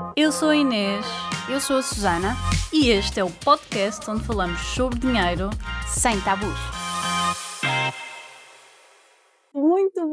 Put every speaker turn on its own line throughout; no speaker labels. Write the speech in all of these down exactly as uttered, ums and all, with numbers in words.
Eu sou a Inês.
Eu sou a Susana.
E este é o podcast onde falamos sobre dinheiro
sem tabus.
Muito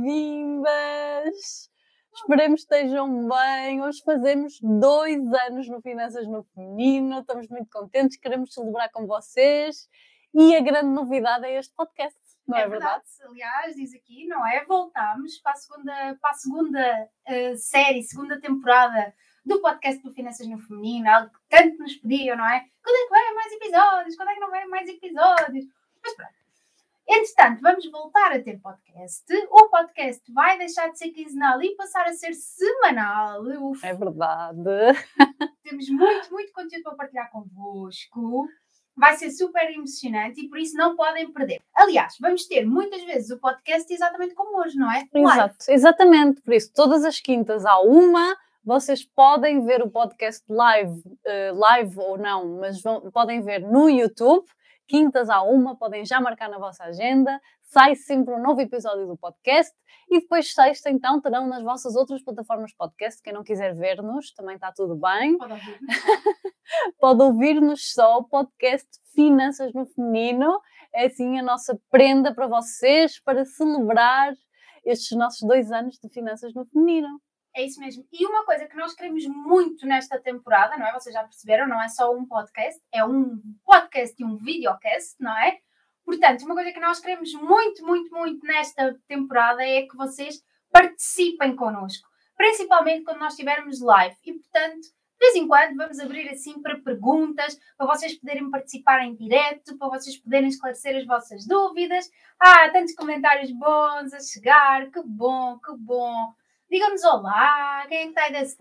bem-vindas! Esperemos que estejam bem. Hoje fazemos dois anos no Finanças no Feminino. Estamos muito contentes, queremos celebrar com vocês. E a grande novidade é este podcast, não é,
é verdade?
verdade?
Aliás, diz aqui, não é? Voltámos para a segunda, para a segunda uh, série, segunda temporada do podcast do Finanças no Feminino, algo que tanto nos pediam, não é? Quando é que vem mais episódios? Quando é que não vem mais episódios? Mas pronto. Entretanto, vamos voltar a ter podcast. O podcast vai deixar de ser quinzenal e passar a ser semanal. Uf.
É verdade.
Temos muito, muito conteúdo para partilhar convosco. Vai ser super emocionante e por isso não podem perder. Aliás, vamos ter muitas vezes o podcast exatamente como hoje, não é?
Exato, exatamente. Por isso, todas as quintas há uma... Vocês podem ver o podcast live, uh, live ou não, mas vão, podem ver no YouTube. Quintas à uma, podem já marcar na vossa agenda. Sai sempre um novo episódio do podcast. E depois sexta, então, terão nas vossas outras plataformas de podcast. Quem não quiser ver-nos, também está tudo bem.
Pode ouvir-nos.
Pode ouvir-nos só o podcast Finanças no Feminino. É assim a nossa prenda para vocês, para celebrar estes nossos dois anos de Finanças no Feminino.
É isso mesmo. E uma coisa que nós queremos muito nesta temporada, não é? Vocês já perceberam, não é só um podcast, é um podcast e um videocast, não é? Portanto, uma coisa que nós queremos muito, muito, muito nesta temporada é que vocês participem connosco. Principalmente quando nós estivermos live. E, portanto, de vez em quando vamos abrir assim para perguntas, para vocês poderem participar em direto, para vocês poderem esclarecer as vossas dúvidas. Ah, tantos comentários bons a chegar, que bom, que bom. Digam-nos olá, quem é que está aí desse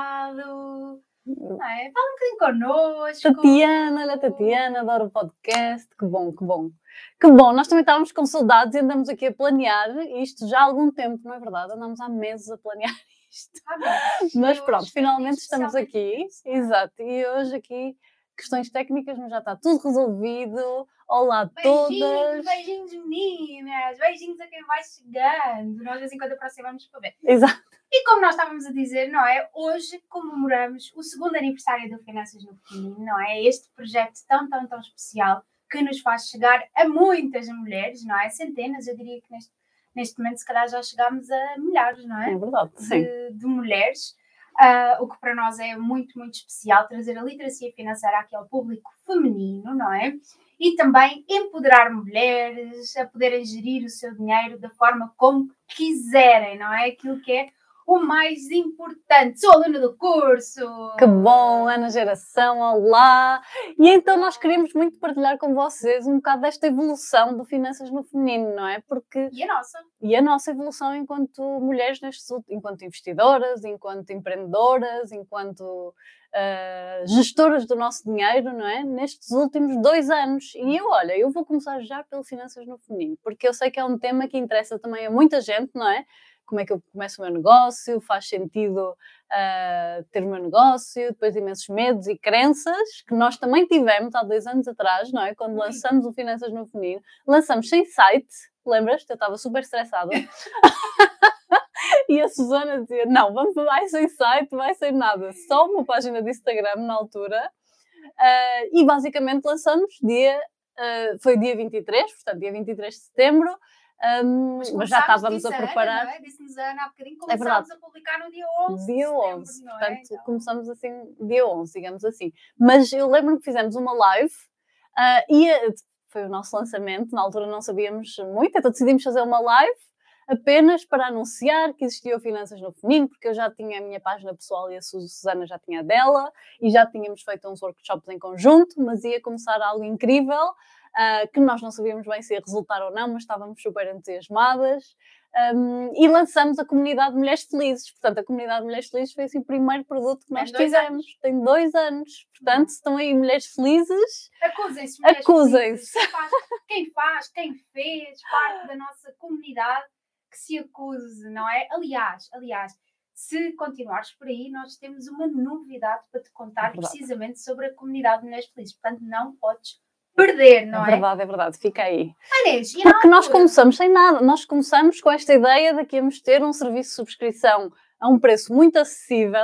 lado? Não é? Fala um bocadinho connosco.
Tatiana, olha a Tatiana, adoro o podcast, que bom, que bom. Que bom, nós também estávamos com saudades e andamos aqui a planear isto já há algum tempo, não é verdade? Andamos há meses a planear isto.
Ah, mas,
mas pronto, finalmente estamos aqui. Exato, e hoje aqui questões técnicas, mas já está tudo resolvido. Olá a
beijinhos,
todas.
Beijinhos, meninas. Beijinhos a quem vai chegando. Nós de vez em quando aproximamos para ver.
Exato.
E como nós estávamos a dizer, não é? Hoje comemoramos o segundo aniversário do Finanças no Feminino, não é? Este projeto tão, tão, tão especial que nos faz chegar a muitas mulheres, não é? Centenas, eu diria que neste, neste momento se calhar já chegámos a milhares, não é?
É verdade, sim.
De, de mulheres. Uh, o que para nós é muito, muito especial, trazer a literacia financeira aqui ao público feminino, não é? E também empoderar mulheres a poderem gerir o seu dinheiro da forma como quiserem, não é? Aquilo que é o mais importante. Sou aluna do curso!
Que bom, Ana Geração, olá! E então nós queríamos muito partilhar com vocês um bocado desta evolução do Finanças no Feminino, não é? Porque...
E a nossa?
E a nossa evolução enquanto mulheres, nestes, enquanto investidoras, enquanto empreendedoras, enquanto uh, gestoras do nosso dinheiro, não é? Nestes últimos dois anos. E eu, olha, eu vou começar já pelo Finanças no Feminino, porque eu sei que é um tema que interessa também a muita gente, não é? Como é que eu começo o meu negócio, faz sentido uh, ter o meu negócio, depois imensos medos e crenças que nós também tivemos há dois anos atrás, não é? Quando lançamos o Finanças no Feminino, lançamos sem site, lembras-te? Eu estava super estressada. E a Susana dizia, não, vamos, vai sem site, vai sem nada, só uma página de Instagram na altura. Uh, e basicamente lançamos dia, uh, foi dia vinte e três, portanto dia vinte e três de setembro. Um, mas, mas já estávamos a preparar.
Ana, não é? Disse-nos a Ana há bocadinho, começámos é a publicar no dia onze.
Dia onze,
de setembro,
portanto,
é? Então...
começamos assim, dia onze, digamos assim. Mas eu lembro-me que fizemos uma live uh, e uh, foi o nosso lançamento, na altura não sabíamos muito, então decidimos fazer uma live apenas para anunciar que existia o Finanças no Feminino, porque eu já tinha a minha página pessoal e a Susana já tinha a dela, e já tínhamos feito uns workshops em conjunto, mas ia começar algo incrível. Uh, que nós não sabíamos bem se ia resultar ou não, mas estávamos super entusiasmadas. Um, e lançamos a Comunidade Mulheres Felizes. Portanto, a Comunidade Mulheres Felizes foi assim, o primeiro produto que nós
Tem
tivemos. Tem dois anos. Portanto, se estão aí mulheres felizes,
acusem-se. Mulheres
acusem-se.
Felizes. Quem faz, quem faz, quem fez parte da nossa comunidade, que se acuse, não é? Aliás, aliás, se continuares por aí, nós temos uma novidade para te contar, é precisamente sobre a Comunidade Mulheres Felizes. Portanto, não podes perder, não é?
É verdade, é verdade, fica aí.
Inês, e
porque nós começamos sem nada, nós começamos com esta ideia de que íamos ter um serviço de subscrição a um preço muito acessível,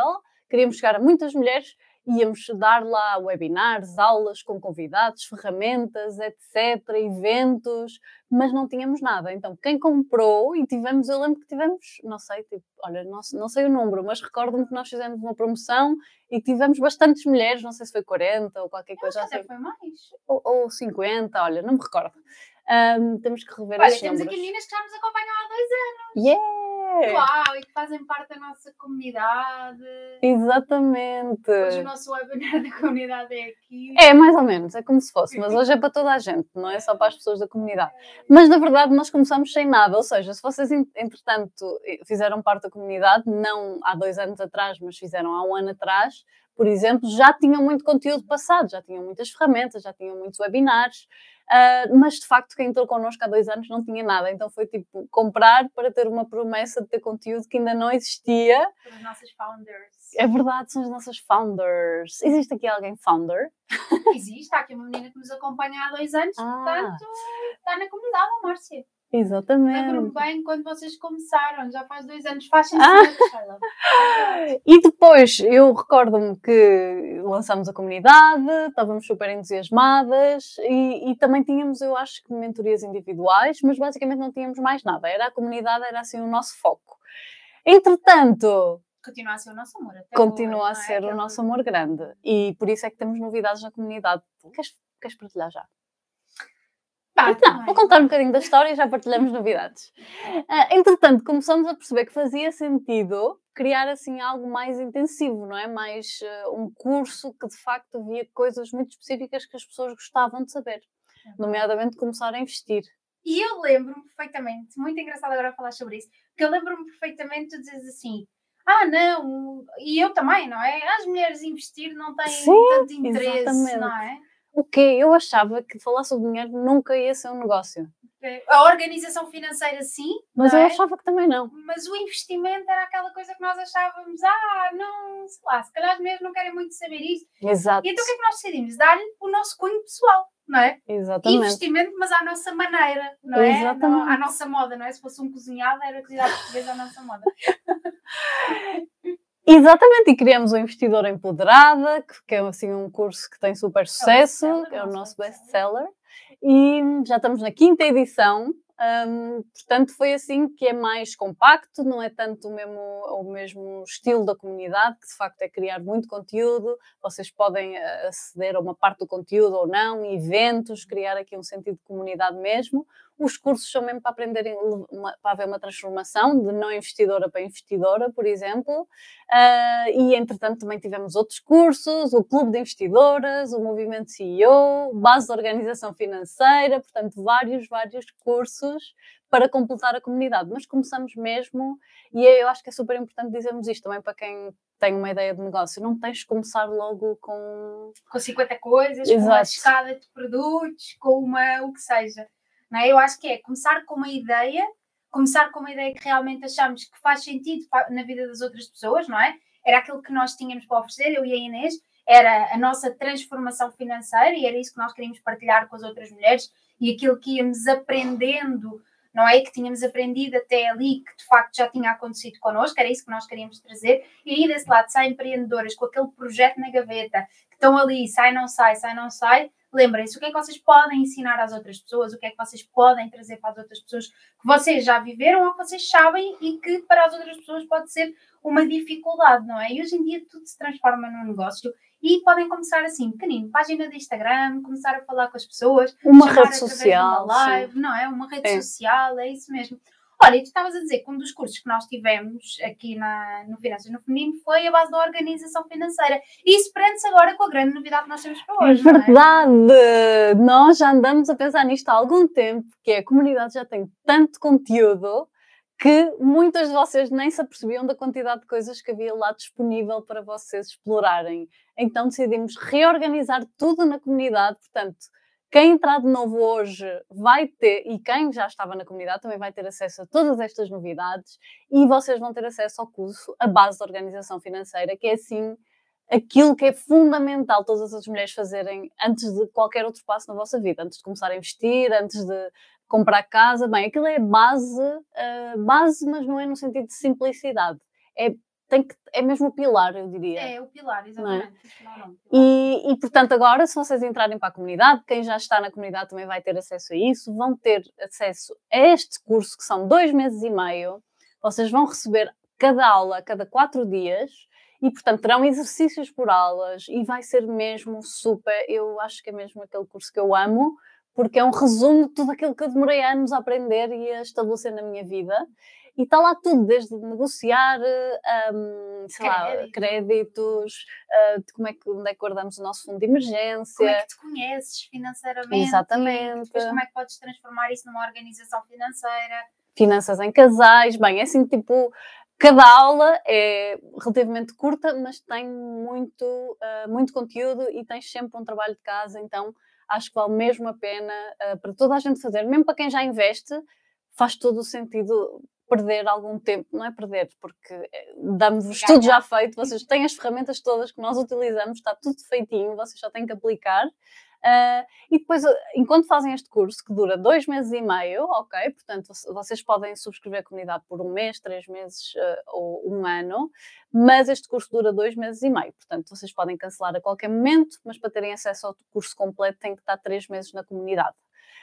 queríamos chegar a muitas mulheres, íamos dar lá webinars, aulas com convidados, ferramentas, etcétera, eventos, mas não tínhamos nada. Então, quem comprou, e tivemos, eu lembro que tivemos, não sei, tipo, olha, não, não sei o número, mas recordo-me que nós fizemos uma promoção e tivemos bastantes mulheres, não sei se foi quarenta ou qualquer coisa
até
assim.
foi mais.
Ou, ou cinquenta, olha, não me recordo. Um, temos que rever
Olha,
esses
temos
números.
aqui meninas que já nos acompanham há dois anos.
Yeah!
Uau, e que fazem parte da nossa comunidade.
Exatamente.
Hoje o nosso webinar da comunidade é aqui.
É, mais ou menos, é como se fosse, mas hoje é para toda a gente, não é só para as pessoas da comunidade. Mas, na verdade, nós começamos sem nada, ou seja, se vocês, entretanto, fizeram parte da comunidade, não há dois anos atrás, mas fizeram há um ano atrás, por exemplo, já tinham muito conteúdo passado, já tinham muitas ferramentas, já tinham muitos webinars, uh, mas, de facto, quem entrou connosco há dois anos não tinha nada, então foi, tipo, comprar para ter uma promessa de ter conteúdo que ainda não existia.
Para os nossos founders.
É verdade, são os nossos founders. Existe aqui alguém founder?
Existe, há aqui uma menina que nos acompanha há dois anos,
Ah.
portanto, está na comunidade, a Márcia.
Exatamente.
Lembro-me bem quando vocês começaram, já faz dois anos, faz sentido,
ah. E depois, eu recordo-me que lançámos a comunidade, estávamos super entusiasmadas e, e também tínhamos, eu acho que mentorias individuais, mas basicamente não tínhamos mais nada, era a comunidade, era assim o nosso foco. Entretanto...
Continua a ser o nosso amor. Até
continua
hoje,
a ser
é?
o nosso amor grande e por isso é que temos novidades na comunidade. Queres, queres partilhar já?
Pá,
Não, vou contar um bocadinho da história e já partilhamos novidades. Uh, entretanto, começamos a perceber que fazia sentido criar assim algo mais intensivo, não é? Mais uh, um curso que de facto havia coisas muito específicas que as pessoas gostavam de saber, uhum. nomeadamente começar a investir.
E eu lembro-me perfeitamente, muito engraçado agora falar sobre isso, porque eu lembro-me perfeitamente de dizer assim, ah não, e eu também, não é? As mulheres investir não têm
Sim,
tanto interesse, exatamente. Não é?
O quê? Eu achava que falar sobre dinheiro nunca ia ser um negócio.
A organização financeira sim,
mas eu
é?
achava que também não.
Mas o investimento era aquela coisa que nós achávamos, ah, não, sei lá, se calhar as mulheres não querem muito saber isso.
Exato.
E então o que é que nós decidimos? Dar-lhe o nosso cunho pessoal, não é?
Exatamente.
Investimento, mas à nossa maneira, não é?
Exatamente.
Não, à nossa moda, não é? Se fosse um cozinhado, era cozinhado português à nossa moda.
Exatamente, e criamos o Investidora Empoderada, que é assim um curso que tem super sucesso, que é o nosso best-seller, e já estamos na quinta edição, um, portanto foi assim que é mais compacto, não é tanto o mesmo, o mesmo estilo da comunidade, que de facto é criar muito conteúdo, vocês podem aceder a uma parte do conteúdo ou não, eventos, criar aqui um sentido de comunidade mesmo. Os cursos são mesmo para aprenderem, uma, para haver uma transformação de não investidora para investidora, por exemplo. Uh, e, entretanto, também tivemos outros cursos, o Clube de Investidoras, o Movimento C E O, Base de Organização Financeira, portanto, vários, vários cursos para completar a comunidade. Mas começamos mesmo, e eu acho que é super importante dizermos isto também para quem tem uma ideia de negócio, não tens de começar logo com...
Com cinquenta coisas,
Exato.
Com uma escada de produtos, com uma, o que seja. Não é? Eu acho que é começar com uma ideia, começar com uma ideia que realmente achamos que faz sentido na vida das outras pessoas, não é? Era aquilo que nós tínhamos para oferecer, eu e a Inês, era a nossa transformação financeira e era isso que nós queríamos partilhar com as outras mulheres e aquilo que íamos aprendendo, não é? Que tínhamos aprendido até ali, que de facto já tinha acontecido connosco, era isso que nós queríamos trazer. E aí desse lado, sai empreendedoras com aquele projeto na gaveta, que estão ali, sai, não sai, sai, não sai. Lembrem-se, o que é que vocês podem ensinar às outras pessoas, o que é que vocês podem trazer para as outras pessoas que vocês já viveram ou que vocês sabem e que para as outras pessoas pode ser uma dificuldade, não é? E hoje em dia tudo se transforma num negócio e podem começar assim, pequenino, página de Instagram, começar a falar com as pessoas,
uma rede social,
uma live, sim. Não é? Uma rede
é.
social, é isso mesmo. Olha, e tu estavas a dizer que um dos cursos que nós tivemos aqui na, no Finanças no Feminino foi a base da organização financeira. E isso prende-se agora com a grande novidade que nós temos para hoje.
É verdade! É? Nós já andamos a pensar nisto há algum tempo, que a comunidade já tem tanto conteúdo que muitas de vocês nem se apercebiam da quantidade de coisas que havia lá disponível para vocês explorarem. Então decidimos reorganizar tudo na comunidade, portanto... Quem entrar de novo hoje vai ter, e quem já estava na comunidade também vai ter acesso a todas estas novidades e vocês vão ter acesso ao curso, a base da organização financeira, que é assim aquilo que é fundamental todas as mulheres fazerem antes de qualquer outro passo na vossa vida, antes de começar a investir, antes de comprar casa. Bem, aquilo é base, uh, base, mas não é no sentido de simplicidade. É tem que, é mesmo o pilar, eu diria.
É, o pilar, exatamente. Não é? Não, não, pilar.
E, e, portanto, agora, se vocês entrarem para a comunidade, quem já está na comunidade também vai ter acesso a isso, vão ter acesso a este curso, que são dois meses e meio. Vocês vão receber cada aula, cada quatro dias, e, portanto, terão exercícios por aulas, e vai ser mesmo super, eu acho que é mesmo aquele curso que eu amo, porque é um resumo de tudo aquilo que eu demorei anos a aprender e a estabelecer na minha vida. E está lá tudo, desde negociar, um, sei lá, créditos, uh, de como é que, onde é que guardamos o nosso fundo de emergência.
Como é que te conheces financeiramente.
Exatamente.
Depois como é que podes transformar isso numa organização financeira.
Finanças em casais. Bem, é assim, tipo, cada aula é relativamente curta, mas tem muito, uh, muito conteúdo e tens sempre um trabalho de casa, então acho que vale mesmo a pena uh, para toda a gente fazer. Mesmo para quem já investe, faz todo o sentido perder algum tempo, não é perder, porque damos-vos tudo já feito, vocês têm as ferramentas todas que nós utilizamos, está tudo feitinho, vocês só têm que aplicar. Uh, e depois, enquanto fazem este curso, que dura dois meses e meio, ok, portanto, vocês podem subscrever a comunidade por um mês, três meses uh, ou um ano, mas este curso dura dois meses e meio, portanto, vocês podem cancelar a qualquer momento, mas para terem acesso ao curso completo têm que estar três meses na comunidade.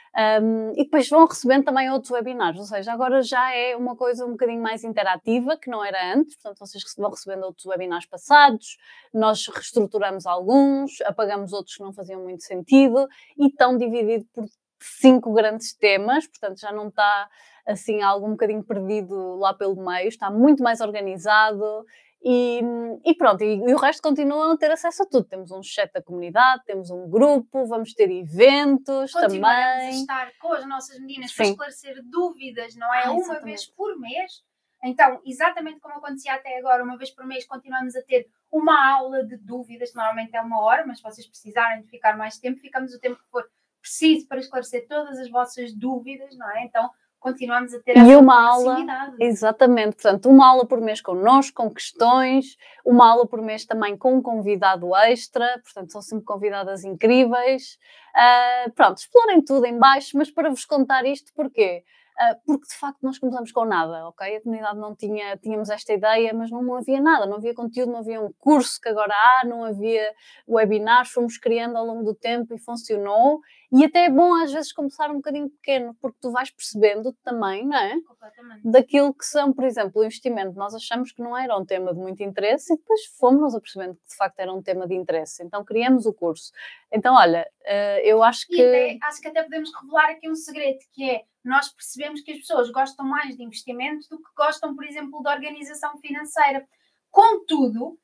Um, e depois vão recebendo também outros webinars, ou seja, agora já é uma coisa um bocadinho mais interativa, que não era antes, portanto vocês vão recebendo outros webinars passados, nós reestruturamos alguns, apagamos outros que não faziam muito sentido e estão divididos por cinco grandes temas, portanto já não está assim algo um bocadinho perdido lá pelo meio, está muito mais organizado. E, e pronto, e, e o resto continuam a ter acesso a tudo. Temos um chat da comunidade, temos um grupo, vamos ter eventos também.
Continuamos a estar com as nossas meninas para esclarecer dúvidas, não é? Ah, uma exatamente. Vez por mês. Então, exatamente como acontecia até agora, uma vez por mês continuamos a ter uma aula de dúvidas, normalmente é uma hora, mas se vocês precisarem de ficar mais tempo, ficamos o tempo que for preciso para esclarecer todas as vossas dúvidas, não é? Então, continuamos a ter
e
essa
uma aula, exatamente, portanto, uma aula por mês connosco, com questões, uma aula por mês também com um convidado extra, portanto, são sempre convidadas incríveis. Uh, pronto, explorem tudo em baixo, mas para vos contar isto, porquê? Uh, porque de facto nós começamos com nada, ok? A comunidade não tinha, tínhamos esta ideia, mas não, não havia nada, não havia conteúdo, não havia um curso que agora há, não havia webinars, fomos criando ao longo do tempo e funcionou. E até é bom às vezes começar um bocadinho pequeno, porque tu vais percebendo também, não é?
Completamente.
Daquilo que são, por exemplo, o investimento. Nós achamos que não era um tema de muito interesse e depois fomos a percebendo que de facto era um tema de interesse. Então criamos o curso. Então, olha, eu acho que...
E até, acho que até podemos revelar aqui um segredo, que é, nós percebemos que as pessoas gostam mais de investimento do que gostam, por exemplo, de organização financeira. Contudo,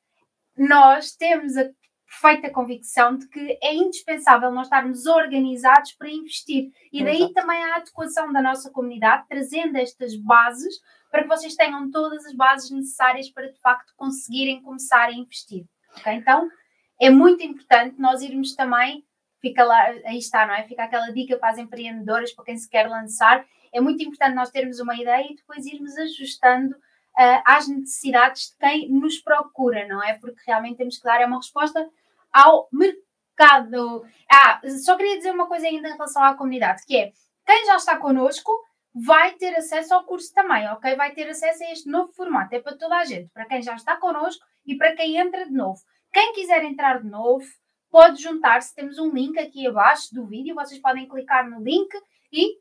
nós temos a perfeita convicção de que é indispensável nós estarmos organizados para investir. E daí Exato. Também a adequação da nossa comunidade, trazendo estas bases para que vocês tenham todas as bases necessárias para, de facto, conseguirem começar a investir. Okay? Então, é muito importante nós irmos também, fica lá, aí está, não é? Fica aquela dica para as empreendedoras, para quem se quer lançar. É muito importante nós termos uma ideia e depois irmos ajustando uh, às necessidades de quem nos procura, não é? Porque realmente temos que dar uma resposta ao mercado. Ah, só queria dizer uma coisa ainda em relação à comunidade, que é, quem já está connosco vai ter acesso ao curso também, ok? Vai ter acesso a este novo formato, é para toda a gente, para quem já está connosco e para quem entra de novo. Quem quiser entrar de novo, pode juntar-se, temos um link aqui abaixo do vídeo, vocês podem clicar no link e...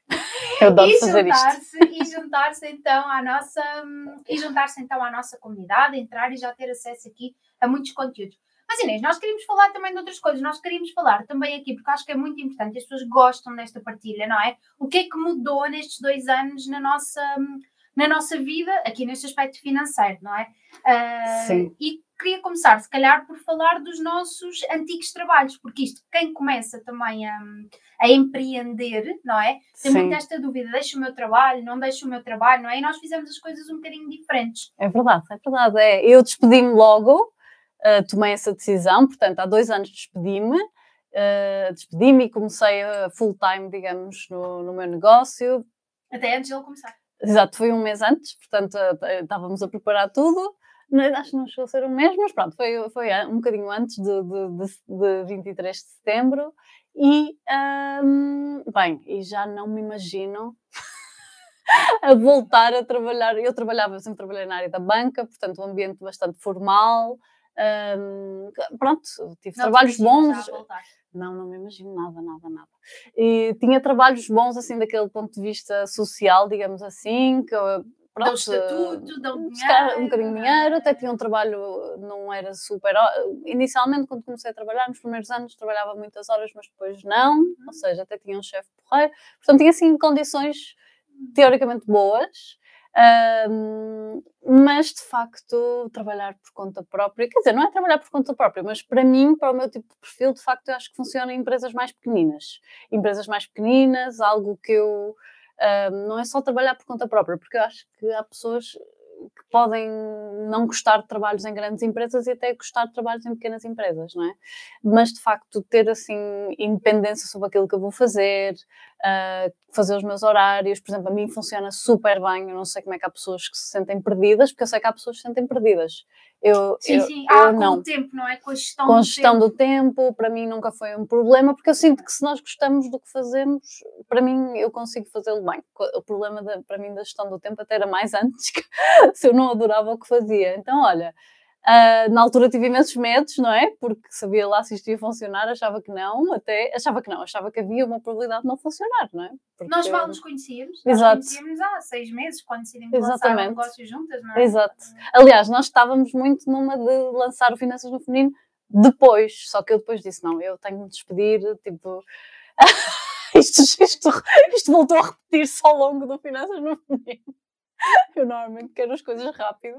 e juntar-se e juntar-se então à nossa e juntar-se então à nossa comunidade, entrar e já ter acesso aqui a muitos conteúdos. Mas Inês, nós queríamos falar também de outras coisas, nós queríamos falar também aqui, porque acho que é muito importante, as pessoas gostam desta partilha, não é? O que é que mudou nestes dois anos na nossa, na nossa vida, aqui neste aspecto financeiro, não é? Uh,
Sim.
E queria começar, se calhar, por falar dos nossos antigos trabalhos, porque isto, quem começa também a, a empreender, não é? Tem
Sim.
muito esta dúvida, deixo o meu trabalho, não deixo o meu trabalho, não é? E nós fizemos as coisas um bocadinho diferentes.
É verdade, é verdade. É. Eu despedi-me logo, uh, tomei essa decisão, portanto, há dois anos despedi-me, uh, despedi-me e comecei a full time, digamos, no, no meu negócio.
Até antes de ele começar.
Exato, foi um mês antes, portanto, uh, estávamos a preparar tudo. Acho que não chegou a ser um mês, mas pronto, foi, foi um bocadinho antes de, de, de, de vinte e três de setembro e, um, bem, e já não me imagino a voltar a trabalhar. Eu trabalhava, eu sempre trabalhei na área da banca, portanto, um ambiente bastante formal. hum, pronto, tive
Não te
trabalhos
imaginas
bons.
já a voltar.
Não, não me imagino nada, nada, nada. E tinha trabalhos bons, assim, daquele ponto de vista social, digamos assim, que eu,
Dão
pronto,
estatuto, dão
se calhar um
dinheiro,
bocadinho de
não
dinheiro, até
é?
tinha um trabalho, não era super. ho- Inicialmente, quando comecei a trabalhar, nos primeiros anos, trabalhava muitas horas, mas depois não, ou seja, até tinha um chefe porreiro. Portanto, tinha, assim, condições teoricamente boas. Ahm, mas de facto trabalhar por conta própria, quer dizer, não é trabalhar por conta própria, mas para mim, para o meu tipo de perfil, de facto eu acho que funciona em empresas mais pequeninas. Empresas mais pequeninas, algo que eu ahm, não é só trabalhar por conta própria, porque eu acho que há pessoas que podem não gostar de trabalhos em grandes empresas e até gostar de trabalhos em pequenas empresas, não é? Mas de facto ter assim independência sobre aquilo que eu vou fazer, uh, fazer os meus horários, por exemplo, a mim funciona super bem, eu não sei como é que há pessoas que se sentem perdidas, porque eu sei que há pessoas que se sentem perdidas. Eu,
Sim,
eu,
sim.
eu
Ah, com
não.
o tempo, não é? Com a gestão
Com a
do
gestão
tempo.
do tempo, para mim nunca foi um problema, porque eu sinto que se nós gostamos do que fazemos, para mim eu consigo fazê-lo bem. O problema da- para mim da gestão do tempo até era mais antes, que se eu não adorava o que fazia. Então, olha, ah, na altura tive imensos medos, não é? Porque sabia lá se isto ia funcionar, achava que não, até achava que não, achava que havia uma probabilidade de não funcionar, não é? Porque...
Nós mal nos conhecíamos. Nós
Exato.
conhecíamos há seis meses, quando decidimos lançar um
Exatamente.
negócio juntas, não é?
Exato. Aliás, nós estávamos muito numa de lançar o Finanças no Feminino depois, só que eu depois disse, não, eu tenho de me despedir, tipo, isto, isto, isto voltou a repetir-se ao longo do Finanças no Feminino. Eu normalmente quero as coisas rápido,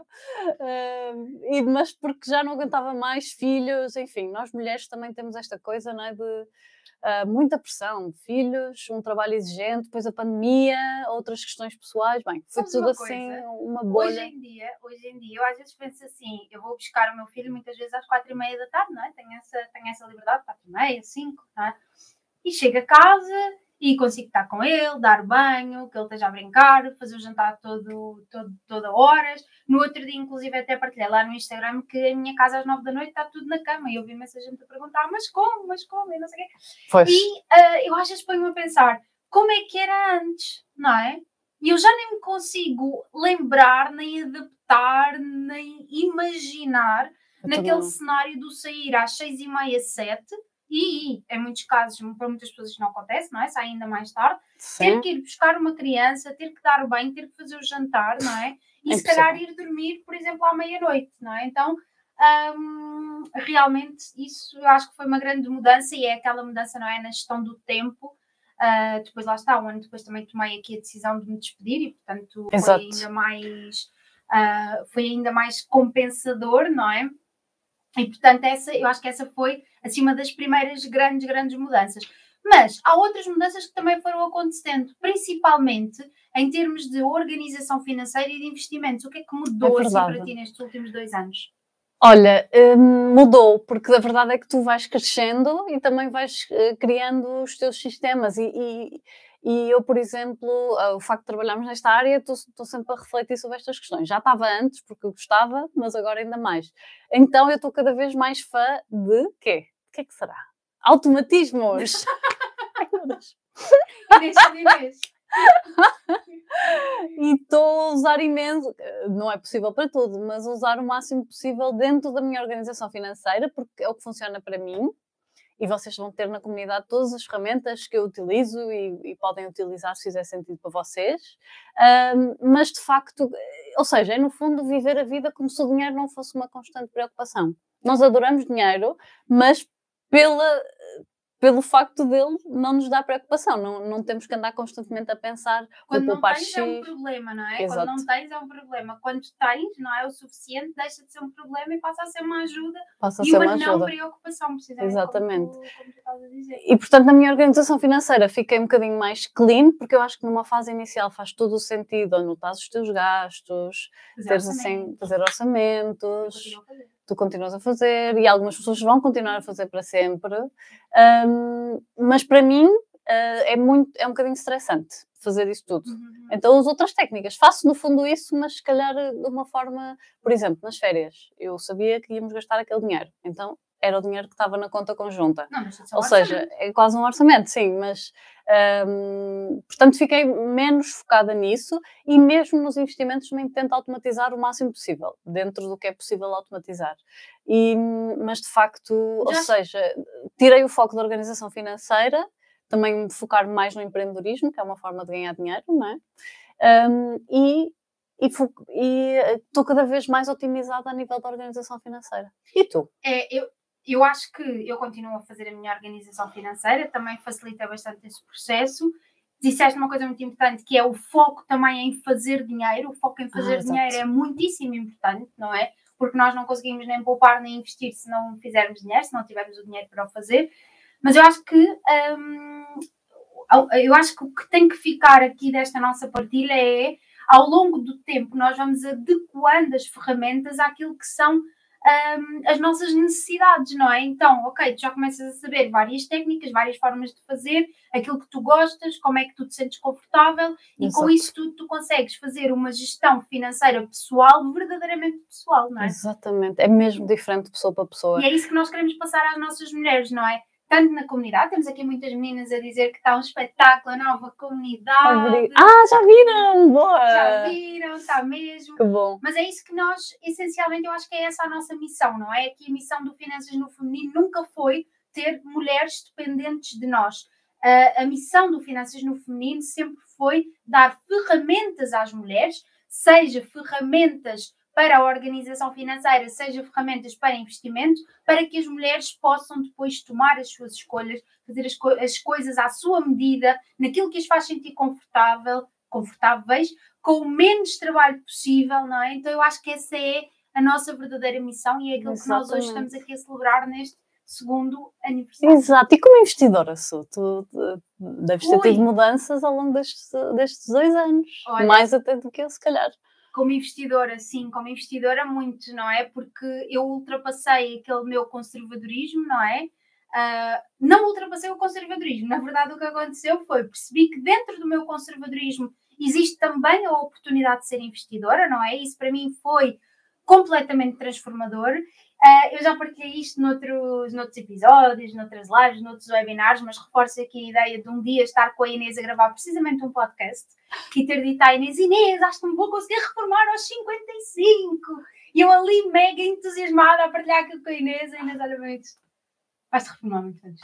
uh, e, mas porque já não aguentava mais filhos, enfim, nós mulheres também temos esta coisa, não é, de uh, muita pressão, filhos, um trabalho exigente, depois a pandemia, outras questões pessoais, bem, foi
Sabes
tudo
uma
assim,
coisa?
uma
Hoje
bolha.
em dia, hoje em dia, eu às vezes penso assim, eu vou buscar o meu filho muitas vezes às quatro e meia da tarde, não é? Tenho essa, tenho essa liberdade, quatro e meia, cinco, não é? E chego a casa e consigo estar com ele, dar banho, que ele esteja a brincar, fazer o jantar todo, todo, toda horas. No outro dia, inclusive, até partilhei lá no Instagram que a minha casa às nove da noite está tudo na cama. E eu vi imensa gente a perguntar, mas como, mas como, e não sei o quê.
Pois.
E uh, eu às vezes ponho-me a pensar, como é que era antes, não é? E eu já nem me consigo lembrar, nem adaptar, nem imaginar
Eu
naquele
também.
cenário do sair às seis e meia, sete, e em muitos casos, para muitas pessoas isto não acontece, não é? Sai ainda mais tarde, ter
Sim,
que ir buscar uma criança, ter que dar banho, ter que fazer o jantar, não é? E
é
se calhar
impossível.
ir dormir, por exemplo, à meia-noite, não é? Então, hum, realmente, isso eu acho que foi uma grande mudança, e é aquela mudança, não é? Na gestão do tempo. Uh, depois lá está, um ano depois também tomei aqui a decisão de me despedir e portanto foi
Exato.
ainda mais uh, foi ainda mais compensador, não é? E portanto essa, eu acho que essa foi assim uma das primeiras grandes, grandes mudanças. Mas há outras mudanças que também foram acontecendo, principalmente em termos de organização financeira e de investimentos. O que é que mudou
É
assim
verdade.
para ti nestes últimos dois anos?
Olha, hum, mudou, porque a verdade é que tu vais crescendo e também vais eh, criando os teus sistemas. E, e- e eu, por exemplo, ah, o facto de trabalharmos nesta área, estou sempre a refletir sobre estas questões. Já estava antes, porque eu gostava, mas agora ainda mais. Então eu estou cada vez mais fã de quê? O que é que será? Automatismos! Ai, meu Deus!
Inês, Inês.
E estou a usar imenso, eh, não é possível para tudo, mas usar o máximo possível dentro da minha organização financeira, porque é o que funciona para mim, e vocês vão ter na comunidade todas as ferramentas que eu utilizo e, e podem utilizar se fizer sentido para vocês. Um, mas de facto, ou seja, é no fundo viver a vida como se o dinheiro não fosse uma constante preocupação. Nós adoramos dinheiro, mas pela pelo facto dele não nos dar preocupação, não, não temos que andar constantemente a pensar,
Quando
vou
não
poupar
tens
X.
é um problema, não é?
Exato.
Quando não tens é um problema. Quando tens, não é o suficiente, deixa de ser um problema e passa a ser uma ajuda
Passa a
e
ser
uma,
uma
não
ajuda.
preocupação, precisamente
Exatamente.
como tu, como tu estás a dizer.
E, portanto, na minha organização financeira fiquei um bocadinho mais clean, porque eu acho que numa fase inicial faz todo o sentido anotar os teus gastos, teres assim, fazer orçamentos,
Continuo a fazer.
tu continuas a fazer, e algumas pessoas vão continuar a fazer para sempre. Um, mas para mim uh, é, muito, é um bocadinho estressante fazer isso tudo.
Uhum.
Então uso outras técnicas. Faço no fundo isso, mas se calhar de uma forma, por exemplo, nas férias, eu sabia que íamos gastar aquele dinheiro. Então era o dinheiro que estava na conta conjunta.
Não, mas isso é um
Ou seja,
orçamento.
é quase um orçamento, sim, mas hum, portanto fiquei menos focada nisso e mesmo nos investimentos também tento automatizar o máximo possível, dentro do que é possível automatizar. E, mas de facto, ou
Já-
seja, tirei o foco da organização financeira, também me focar mais no empreendedorismo, que é uma forma de ganhar dinheiro, não é? Um, e e estou cada vez mais otimizada a nível da organização financeira. E tu?
É, eu, eu acho que eu continuo a fazer a minha organização financeira, também facilita bastante esse processo. Disseste uma coisa muito importante, que é o foco também em fazer dinheiro. O foco em fazer
Ah,
dinheiro
exato.
é muitíssimo importante, não é? Porque nós não conseguimos nem poupar nem investir se não fizermos dinheiro, se não tivermos o dinheiro para o fazer. Mas eu acho que hum, eu acho que o que tem que ficar aqui desta nossa partilha é, ao longo do tempo, nós vamos adequando as ferramentas àquilo que são um, as nossas necessidades, não é? Então, ok, tu já começas a saber várias técnicas, várias formas de fazer, aquilo que tu gostas, como é que tu te sentes confortável, e
Exato.
com isso tudo tu consegues fazer uma gestão financeira pessoal, verdadeiramente pessoal, não é?
Exatamente, é mesmo diferente de pessoa para pessoa.
E é isso que nós queremos passar às nossas mulheres, não é? Tanto na comunidade, temos aqui muitas meninas a dizer que está um espetáculo, a nova comunidade.
Ah, já viram! Boa!
Já viram, está mesmo.
Que bom.
Mas é isso que nós, essencialmente, eu acho que é essa a nossa missão, não é? Que a missão do Finanças no Feminino nunca foi ter mulheres dependentes de nós. Uh, a missão do Finanças no Feminino sempre foi dar ferramentas às mulheres, seja ferramentas para a organização financeira, seja ferramentas para investimento, para que as mulheres possam depois tomar as suas escolhas, fazer as, co as coisas à sua medida, naquilo que as faz sentir confortável, confortáveis, com o menos trabalho possível, não é? Então eu acho que essa é a nossa verdadeira missão e é aquilo que nós hoje estamos aqui a celebrar neste segundo aniversário.
Exato, e como investidora, Su, tu, tu deves ter tido mudanças ao longo destes, destes dois anos, Olha, mais até do que eu, se calhar.
Como investidora, sim, como investidora muito, não é? Porque eu ultrapassei aquele meu conservadorismo, não é? Uh, não ultrapassei o conservadorismo, na verdade o que aconteceu foi, percebi que dentro do meu conservadorismo existe também a oportunidade de ser investidora, não é? Isso para mim foi completamente transformador. Uh, eu já partilhei isto noutros, noutros episódios, noutras lives, noutros webinars, mas reforço aqui a ideia de um dia estar com a Inês a gravar precisamente um podcast e ter dito à Inês, Inês, acho que me vou conseguir reformar aos cinquenta e cinco. E eu ali mega entusiasmada a partilhar aquilo com a Inês, a Inês olha para mim e diz, vais-te reformar muito antes.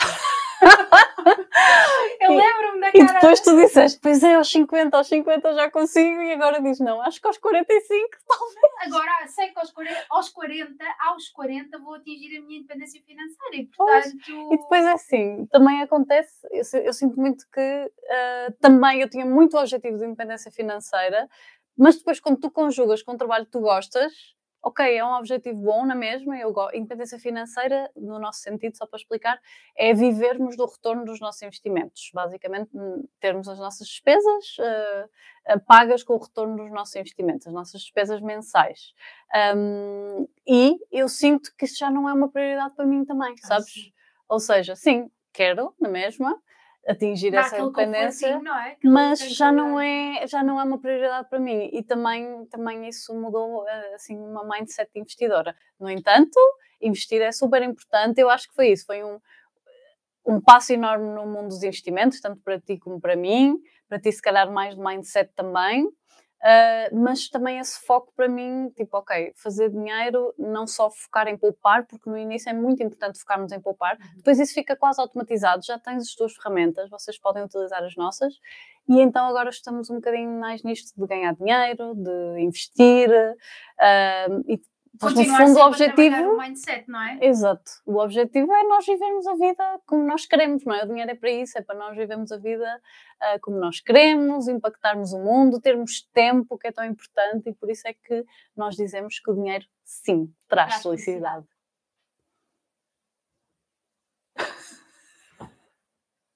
Eu lembro-me da cara...
E depois tu disseste, pois é, aos cinquenta, aos cinquenta já consigo, e agora diz, não, acho que aos quarenta e cinco talvez.
Agora sei que aos quarenta, aos quarenta, aos quarenta vou atingir a minha independência financeira e portanto...
Pois, e depois é assim, também acontece, eu, eu sinto muito que uh, também eu tinha muito o objetivo de independência financeira, mas depois quando tu conjugas com um trabalho que tu gostas, ok, é um objetivo bom na mesma, eu gosto. Independência financeira, no nosso sentido, só para explicar, é vivermos do retorno dos nossos investimentos. Basicamente, termos as nossas despesas uh, uh, pagas com o retorno dos nossos investimentos, as nossas despesas mensais. Um, e eu sinto que isso já não é uma prioridade para mim também, sabes? Ah, Ou seja, sim, quero, na mesma, atingir
Dá
essa independência,
não é?
mas já não é, já não é uma prioridade para mim e também, também isso mudou assim uma mindset de investidora. No entanto, investir é super importante, eu acho que foi isso, foi um, um passo enorme no mundo dos investimentos, tanto para ti como para mim, para ti se calhar mais de mindset também. Uh, mas também esse foco para mim, tipo, ok, fazer dinheiro, não só focar em poupar, porque no início é muito importante focarmos em poupar, uhum. Depois isso fica quase automatizado, já tens as tuas ferramentas, vocês podem utilizar as nossas, e então agora estamos um bocadinho mais nisto de ganhar dinheiro, de investir, uh, e
Mas no fundo o objetivo o mindset, não é?
Exato, o objetivo é nós vivermos a vida como nós queremos, não é? O dinheiro é para isso, é para nós vivermos a vida uh, como nós queremos, impactarmos o mundo, termos tempo, que é tão importante, e por isso é que nós dizemos que o dinheiro, sim, traz, traz felicidade.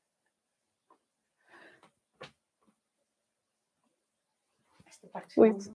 Esta parte